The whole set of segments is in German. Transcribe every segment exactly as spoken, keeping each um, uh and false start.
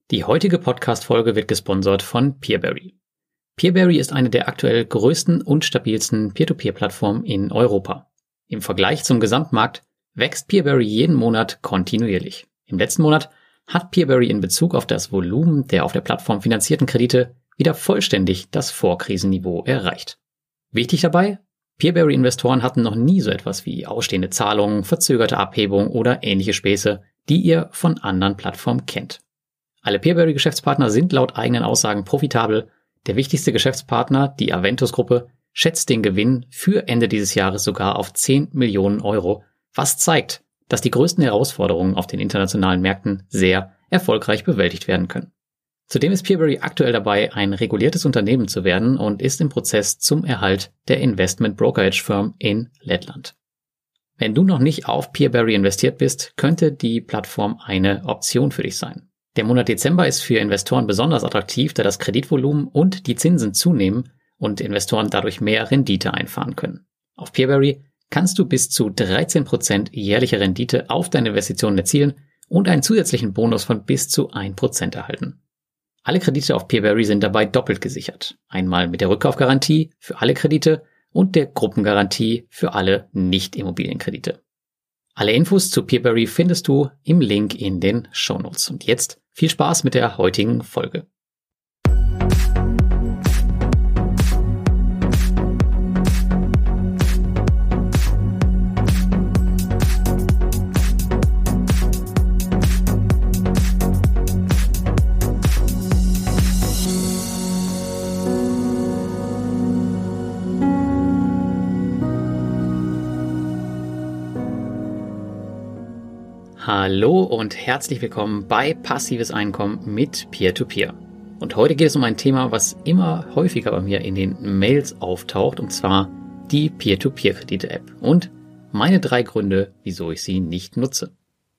Die heutige Podcast-Folge wird gesponsert von Peerberry. Peerberry ist eine der aktuell größten und stabilsten Peer-to-Peer-Plattformen in Europa. Im Vergleich zum Gesamtmarkt wächst Peerberry jeden Monat kontinuierlich. Im letzten Monat hat Peerberry in Bezug auf das Volumen der auf der Plattform finanzierten Kredite wieder vollständig das Vorkrisenniveau erreicht. Wichtig dabei: Peerberry-Investoren hatten noch nie so etwas wie ausstehende Zahlungen, verzögerte Abhebung oder ähnliche Späße, die ihr von anderen Plattformen kennt. Alle Peerberry-Geschäftspartner sind laut eigenen Aussagen profitabel. Der wichtigste Geschäftspartner, die Aventus-Gruppe, schätzt den Gewinn für Ende dieses Jahres sogar auf zehn Millionen Euro, was zeigt, dass die größten Herausforderungen auf den internationalen Märkten sehr erfolgreich bewältigt werden können. Zudem ist Peerberry aktuell dabei, ein reguliertes Unternehmen zu werden und ist im Prozess zum Erhalt der Investment Brokerage Firm in Lettland. Wenn du noch nicht auf Peerberry investiert bist, könnte die Plattform eine Option für dich sein. Der Monat Dezember ist für Investoren besonders attraktiv, da das Kreditvolumen und die Zinsen zunehmen und Investoren dadurch mehr Rendite einfahren können. Auf Peerberry kannst du bis zu dreizehn Prozent jährliche Rendite auf deine Investitionen erzielen und einen zusätzlichen Bonus von bis zu ein Prozent erhalten. Alle Kredite auf Peerberry sind dabei doppelt gesichert. Einmal mit der Rückkaufgarantie für alle Kredite und der Gruppengarantie für alle Nicht-Immobilienkredite. Alle Infos zu Peerberry findest du im Link in den Shownotes. Und jetzt viel Spaß mit der heutigen Folge. Hallo und herzlich willkommen bei Passives Einkommen mit Peer-to-Peer. Und heute geht es um ein Thema, was immer häufiger bei mir in den Mails auftaucht, und zwar die Peer-to-Peer-Kredite-App und meine drei Gründe, wieso ich sie nicht nutze.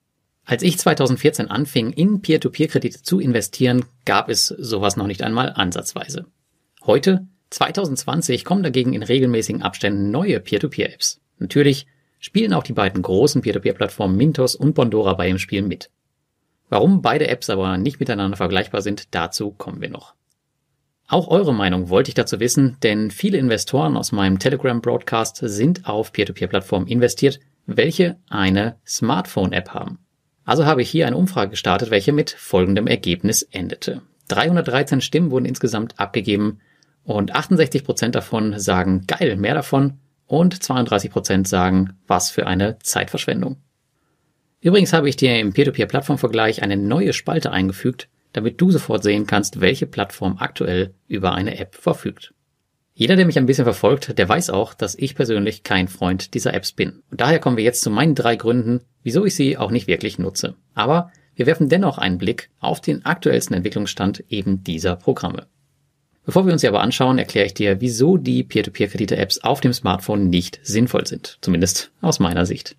Als ich zweitausendvierzehn anfing, in Peer-to-Peer-Kredite zu investieren, gab es sowas noch nicht einmal ansatzweise. Heute, zweitausendzwanzig, kommen dagegen in regelmäßigen Abständen neue Peer-to-Peer-Apps. Natürlich spielen auch die beiden großen Peer-to-Peer-Plattformen Mintos und Bondora bei dem Spiel mit. Warum beide Apps aber nicht miteinander vergleichbar sind, dazu kommen wir noch. Auch eure Meinung wollte ich dazu wissen, denn viele Investoren aus meinem Telegram-Broadcast sind auf Peer-to-Peer-Plattformen investiert, welche eine Smartphone-App haben. Also habe ich hier eine Umfrage gestartet, welche mit folgendem Ergebnis endete. dreihundertdreizehn Stimmen wurden insgesamt abgegeben und achtundsechzig Prozent davon sagen, geil, mehr davon. Und zweiunddreißig Prozent sagen, was für eine Zeitverschwendung. Übrigens habe ich dir im Peer-to-Peer-Plattform-Vergleich eine neue Spalte eingefügt, damit du sofort sehen kannst, welche Plattform aktuell über eine App verfügt. Jeder, der mich ein bisschen verfolgt, der weiß auch, dass ich persönlich kein Freund dieser Apps bin. Und daher kommen wir jetzt zu meinen drei Gründen, wieso ich sie auch nicht wirklich nutze. Aber wir werfen dennoch einen Blick auf den aktuellsten Entwicklungsstand eben dieser Programme. Bevor wir uns sie aber anschauen, erkläre ich dir, wieso die Peer-to-Peer-Kredite-Apps auf dem Smartphone nicht sinnvoll sind, zumindest aus meiner Sicht.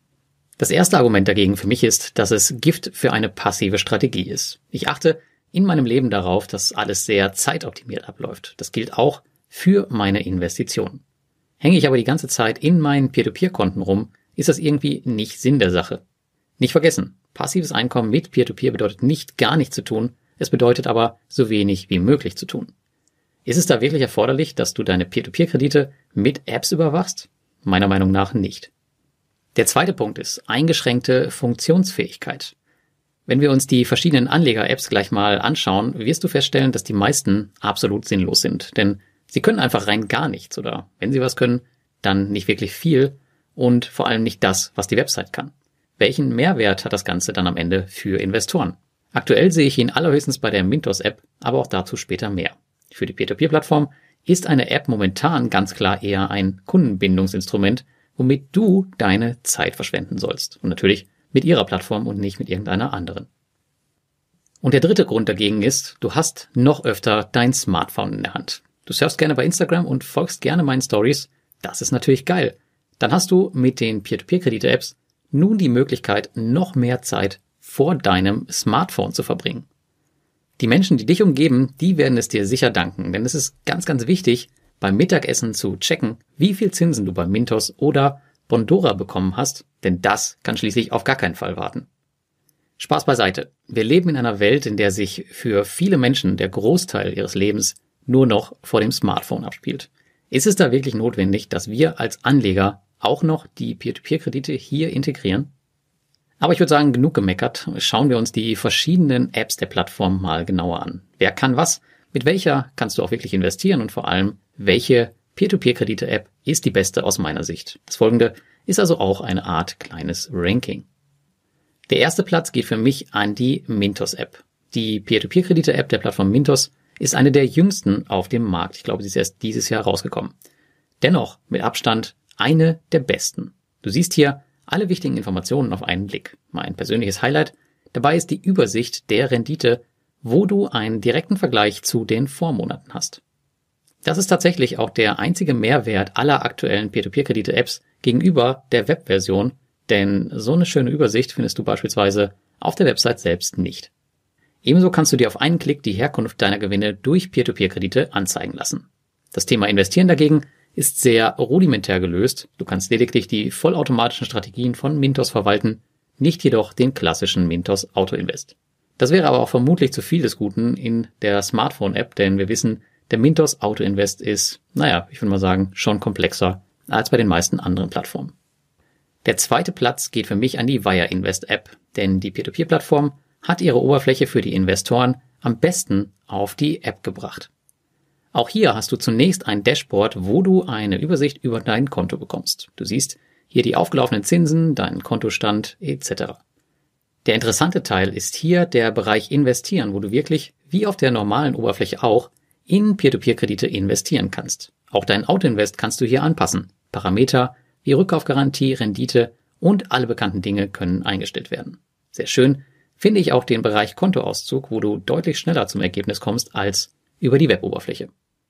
Das erste Argument dagegen für mich ist, dass es Gift für eine passive Strategie ist. Ich achte in meinem Leben darauf, dass alles sehr zeitoptimiert abläuft. Das gilt auch für meine Investitionen. Hänge ich aber die ganze Zeit in meinen Peer-to-Peer-Konten rum, ist das irgendwie nicht Sinn der Sache. Nicht vergessen, passives Einkommen mit Peer-to-Peer bedeutet nicht gar nichts zu tun, es bedeutet aber so wenig wie möglich zu tun. Ist es da wirklich erforderlich, dass du deine Peer-to-Peer-Kredite mit Apps überwachst? Meiner Meinung nach nicht. Der zweite Punkt ist eingeschränkte Funktionsfähigkeit. Wenn wir uns die verschiedenen Anleger-Apps gleich mal anschauen, wirst du feststellen, dass die meisten absolut sinnlos sind. Denn sie können einfach rein gar nichts oder wenn sie was können, dann nicht wirklich viel und vor allem nicht das, was die Website kann. Welchen Mehrwert hat das Ganze dann am Ende für Investoren? Aktuell sehe ich ihn allerhöchstens bei der Mintos-App, aber auch dazu später mehr. Für die Peer-to-Peer-Plattform ist eine App momentan ganz klar eher ein Kundenbindungsinstrument, womit du deine Zeit verschwenden sollst. Und natürlich mit ihrer Plattform und nicht mit irgendeiner anderen. Und der dritte Grund dagegen ist, du hast noch öfter dein Smartphone in der Hand. Du surfst gerne bei Instagram und folgst gerne meinen Stories. Das ist natürlich geil. Dann hast du mit den Peer-to-Peer-Kredite-Apps nun die Möglichkeit, noch mehr Zeit vor deinem Smartphone zu verbringen. Die Menschen, die dich umgeben, die werden es dir sicher danken, denn es ist ganz, ganz wichtig, beim Mittagessen zu checken, wie viel Zinsen du bei Mintos oder Bondora bekommen hast, denn das kann schließlich auf gar keinen Fall warten. Spaß beiseite. Wir leben in einer Welt, in der sich für viele Menschen der Großteil ihres Lebens nur noch vor dem Smartphone abspielt. Ist es da wirklich notwendig, dass wir als Anleger auch noch die Peer-to-Peer-Kredite hier integrieren? Aber ich würde sagen, genug gemeckert. Schauen wir uns die verschiedenen Apps der Plattform mal genauer an. Wer kann was? Mit welcher kannst du auch wirklich investieren? Und vor allem, welche Peer-to-Peer-Kredite-App ist die beste aus meiner Sicht? Das folgende ist also auch eine Art kleines Ranking. Der erste Platz geht für mich an die Mintos-App. Die Peer-to-Peer-Kredite-App der Plattform Mintos ist eine der jüngsten auf dem Markt. Ich glaube, sie ist erst dieses Jahr rausgekommen. Dennoch mit Abstand eine der besten. Du siehst hier alle wichtigen Informationen auf einen Blick. Mein persönliches Highlight dabei ist die Übersicht der Rendite, wo du einen direkten Vergleich zu den Vormonaten hast. Das ist tatsächlich auch der einzige Mehrwert aller aktuellen Peer-to-Peer-Kredite-Apps gegenüber der Webversion, denn so eine schöne Übersicht findest du beispielsweise auf der Website selbst nicht. Ebenso kannst du dir auf einen Klick die Herkunft deiner Gewinne durch Peer-to-Peer-Kredite anzeigen lassen. Das Thema Investieren dagegen ist sehr rudimentär gelöst. Du kannst lediglich die vollautomatischen Strategien von Mintos verwalten, nicht jedoch den klassischen Mintos Auto Invest. Das wäre aber auch vermutlich zu viel des Guten in der Smartphone-App, denn wir wissen, der Mintos Auto Invest ist, naja, ich würde mal sagen, schon komplexer als bei den meisten anderen Plattformen. Der zweite Platz geht für mich an die Wire Invest App, denn die Peer-to-Peer-Plattform hat ihre Oberfläche für die Investoren am besten auf die App gebracht. Auch hier hast du zunächst ein Dashboard, wo du eine Übersicht über dein Konto bekommst. Du siehst hier die aufgelaufenen Zinsen, deinen Kontostand et cetera. Der interessante Teil ist hier der Bereich Investieren, wo du wirklich, wie auf der normalen Oberfläche auch, in Peer-to-Peer-Kredite investieren kannst. Auch dein Auto-Invest kannst du hier anpassen. Parameter wie Rückkaufgarantie, Rendite und alle bekannten Dinge können eingestellt werden. Sehr schön finde ich auch den Bereich Kontoauszug, wo du deutlich schneller zum Ergebnis kommst als über die Weboberfläche.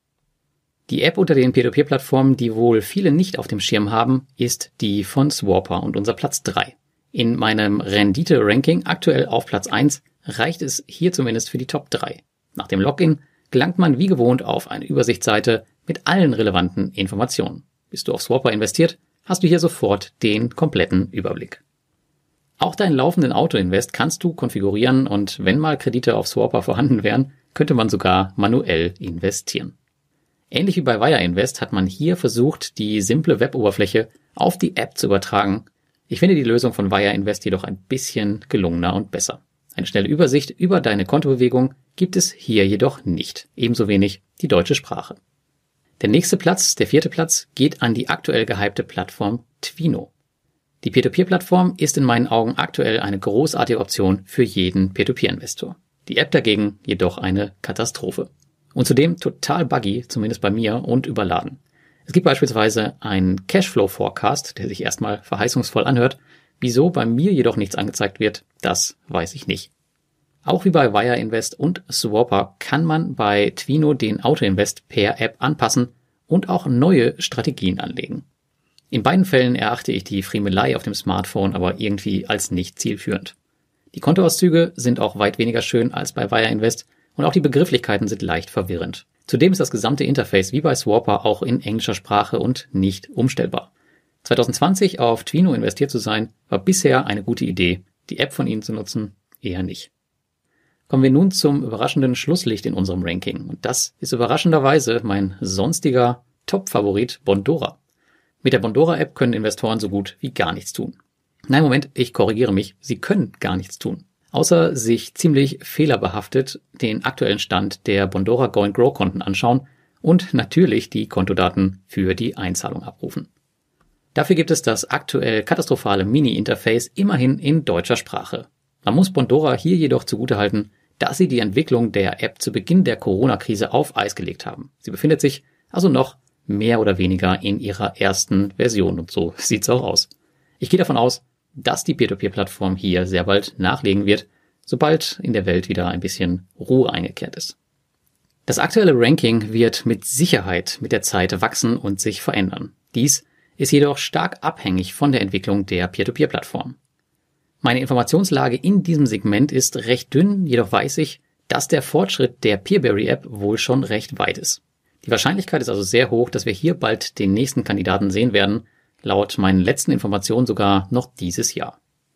Die App unter den Peer-to-Peer-Plattformen, die wohl viele nicht auf dem Schirm haben, ist die von Swapper und unser Platz drei. In meinem Rendite-Ranking aktuell auf Platz eins reicht es hier zumindest für die Top drei. Nach dem Login gelangt man wie gewohnt auf eine Übersichtsseite mit allen relevanten Informationen. Bist du auf Swapper investiert, hast du hier sofort den kompletten Überblick. Auch deinen laufenden Auto-Invest kannst du konfigurieren und wenn mal Kredite auf Swapper vorhanden wären, könnte man sogar manuell investieren. Ähnlich wie bei Wire Invest hat man hier versucht, die simple Web-Oberfläche auf die App zu übertragen. Ich finde die Lösung von Wire Invest jedoch ein bisschen gelungener und besser. Eine schnelle Übersicht über deine Kontobewegung gibt es hier jedoch nicht. Ebenso wenig die deutsche Sprache. Der nächste Platz, der vierte Platz, geht an die aktuell gehypte Plattform Twino. Die Peer-to-Peer-Plattform ist in meinen Augen aktuell eine großartige Option für jeden Peer-to-Peer-Investor. Die App dagegen jedoch eine Katastrophe. Und zudem total buggy, zumindest bei mir, und überladen. Es gibt beispielsweise einen Cashflow-Forecast, der sich erstmal verheißungsvoll anhört. Wieso bei mir jedoch nichts angezeigt wird, das weiß ich nicht. Auch wie bei Wire Invest und Swapper kann man bei Twino den Auto-Invest per App anpassen und auch neue Strategien anlegen. In beiden Fällen erachte ich die Friemelei auf dem Smartphone aber irgendwie als nicht zielführend. Die Kontoauszüge sind auch weit weniger schön als bei Wire Invest und auch die Begrifflichkeiten sind leicht verwirrend. Zudem ist das gesamte Interface wie bei Swapper auch in englischer Sprache und nicht umstellbar. zwanzig zwanzig auf Twino investiert zu sein, war bisher eine gute Idee. Die App von ihnen zu nutzen, eher nicht. Kommen wir nun zum überraschenden Schlusslicht in unserem Ranking. Und das ist überraschenderweise mein sonstiger Top-Favorit Bondora. Mit der Bondora-App können Investoren so gut wie gar nichts tun. Nein, Moment, ich korrigiere mich. Sie können gar nichts tun. Außer sich ziemlich fehlerbehaftet den aktuellen Stand der Bondora Go and Grow Konten anschauen und natürlich die Kontodaten für die Einzahlung abrufen. Dafür gibt es das aktuell katastrophale Mini-Interface immerhin in deutscher Sprache. Man muss Bondora hier jedoch zugutehalten, dass sie die Entwicklung der App zu Beginn der Corona-Krise auf Eis gelegt haben. Sie befindet sich also noch mehr oder weniger in ihrer ersten Version und so sieht's auch aus. Ich gehe davon aus, dass die Peer-to-Peer-Plattform hier sehr bald nachlegen wird, sobald in der Welt wieder ein bisschen Ruhe eingekehrt ist. Das aktuelle Ranking wird mit Sicherheit mit der Zeit wachsen und sich verändern. Dies ist jedoch stark abhängig von der Entwicklung der Peer-to-Peer-Plattform. Meine Informationslage in diesem Segment ist recht dünn, jedoch weiß ich, dass der Fortschritt der Peerberry-App wohl schon recht weit ist. Die Wahrscheinlichkeit ist also sehr hoch, dass wir hier bald den nächsten Kandidaten sehen werden, laut meinen letzten Informationen sogar noch dieses Jahr.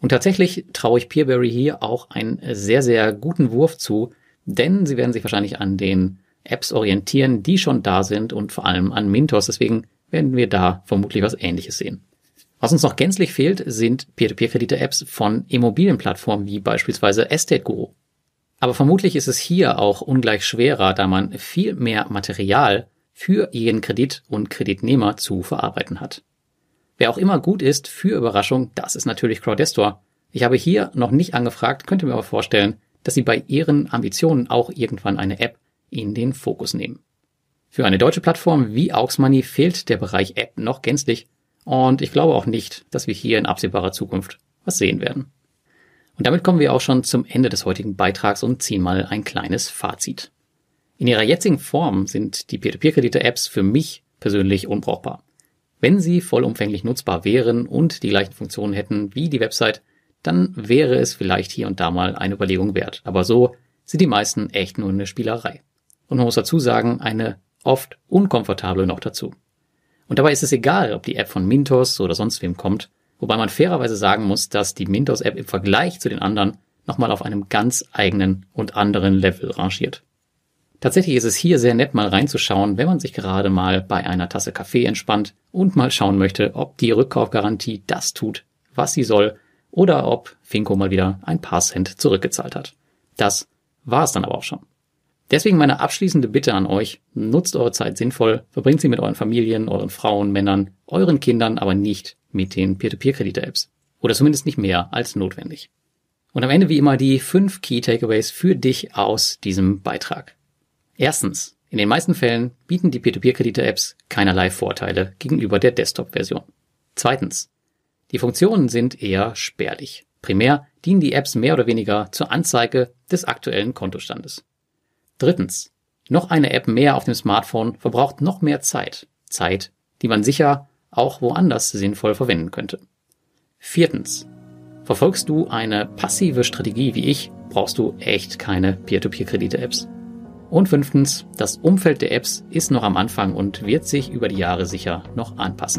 Und tatsächlich traue ich Peerberry hier auch einen sehr, sehr guten Wurf zu, denn sie werden sich wahrscheinlich an den Apps orientieren, die schon da sind und vor allem an Mintos. Deswegen werden wir da vermutlich was Ähnliches sehen. Was uns noch gänzlich fehlt, sind Peer-to-Peer-Kredite-Apps von Immobilienplattformen wie beispielsweise Estate Guru. Aber vermutlich ist es hier auch ungleich schwerer, da man viel mehr Material für jeden Kredit und Kreditnehmer zu verarbeiten hat. Wer auch immer gut ist für Überraschung, das ist natürlich Crowdestor. Ich habe hier noch nicht angefragt, könnte mir aber vorstellen, dass sie bei ihren Ambitionen auch irgendwann eine App in den Fokus nehmen. Für eine deutsche Plattform wie Auxmoney fehlt der Bereich App noch gänzlich und ich glaube auch nicht, dass wir hier in absehbarer Zukunft was sehen werden. Und damit kommen wir auch schon zum Ende des heutigen Beitrags und ziehen mal ein kleines Fazit. In ihrer jetzigen Form sind die Peer-to-Peer-Kredite-Apps für mich persönlich unbrauchbar. Wenn sie vollumfänglich nutzbar wären und die gleichen Funktionen hätten wie die Website, dann wäre es vielleicht hier und da mal eine Überlegung wert. Aber so sind die meisten echt nur eine Spielerei. Und man muss dazu sagen, eine oft unkomfortable noch dazu. Und dabei ist es egal, ob die App von Mintos oder sonst wem kommt, wobei man fairerweise sagen muss, dass die Mintos-App im Vergleich zu den anderen nochmal auf einem ganz eigenen und anderen Level rangiert. Tatsächlich ist es hier sehr nett, mal reinzuschauen, wenn man sich gerade mal bei einer Tasse Kaffee entspannt und mal schauen möchte, ob die Rückkaufgarantie das tut, was sie soll, oder ob Finco mal wieder ein paar Cent zurückgezahlt hat. Das war es dann aber auch schon. Deswegen meine abschließende Bitte an euch, nutzt eure Zeit sinnvoll, verbringt sie mit euren Familien, euren Frauen, Männern, euren Kindern, aber nicht mit den Peer-to-Peer-Kredite-Apps. Oder zumindest nicht mehr als notwendig. Und am Ende wie immer die fünf Key Takeaways für dich aus diesem Beitrag. Erstens, in den meisten Fällen bieten die Peer-to-Peer-Kredite-Apps keinerlei Vorteile gegenüber der Desktop-Version. Zweitens, die Funktionen sind eher spärlich. Primär dienen die Apps mehr oder weniger zur Anzeige des aktuellen Kontostandes. Drittens, noch eine App mehr auf dem Smartphone verbraucht noch mehr Zeit. Zeit, die man sicher auch woanders sinnvoll verwenden könnte. Viertens, verfolgst du eine passive Strategie wie ich, brauchst du echt keine Peer-to-Peer-Kredite-Apps. Und fünftens, das Umfeld der Apps ist noch am Anfang und wird sich über die Jahre sicher noch anpassen.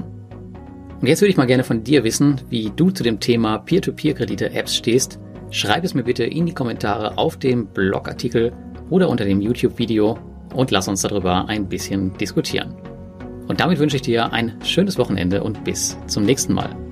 Und jetzt würde ich mal gerne von dir wissen, wie du zu dem Thema Peer-to-Peer-Kredite-Apps stehst. Schreib es mir bitte in die Kommentare auf dem Blogartikel oder unter dem YouTube-Video und lass uns darüber ein bisschen diskutieren. Und damit wünsche ich dir ein schönes Wochenende und bis zum nächsten Mal.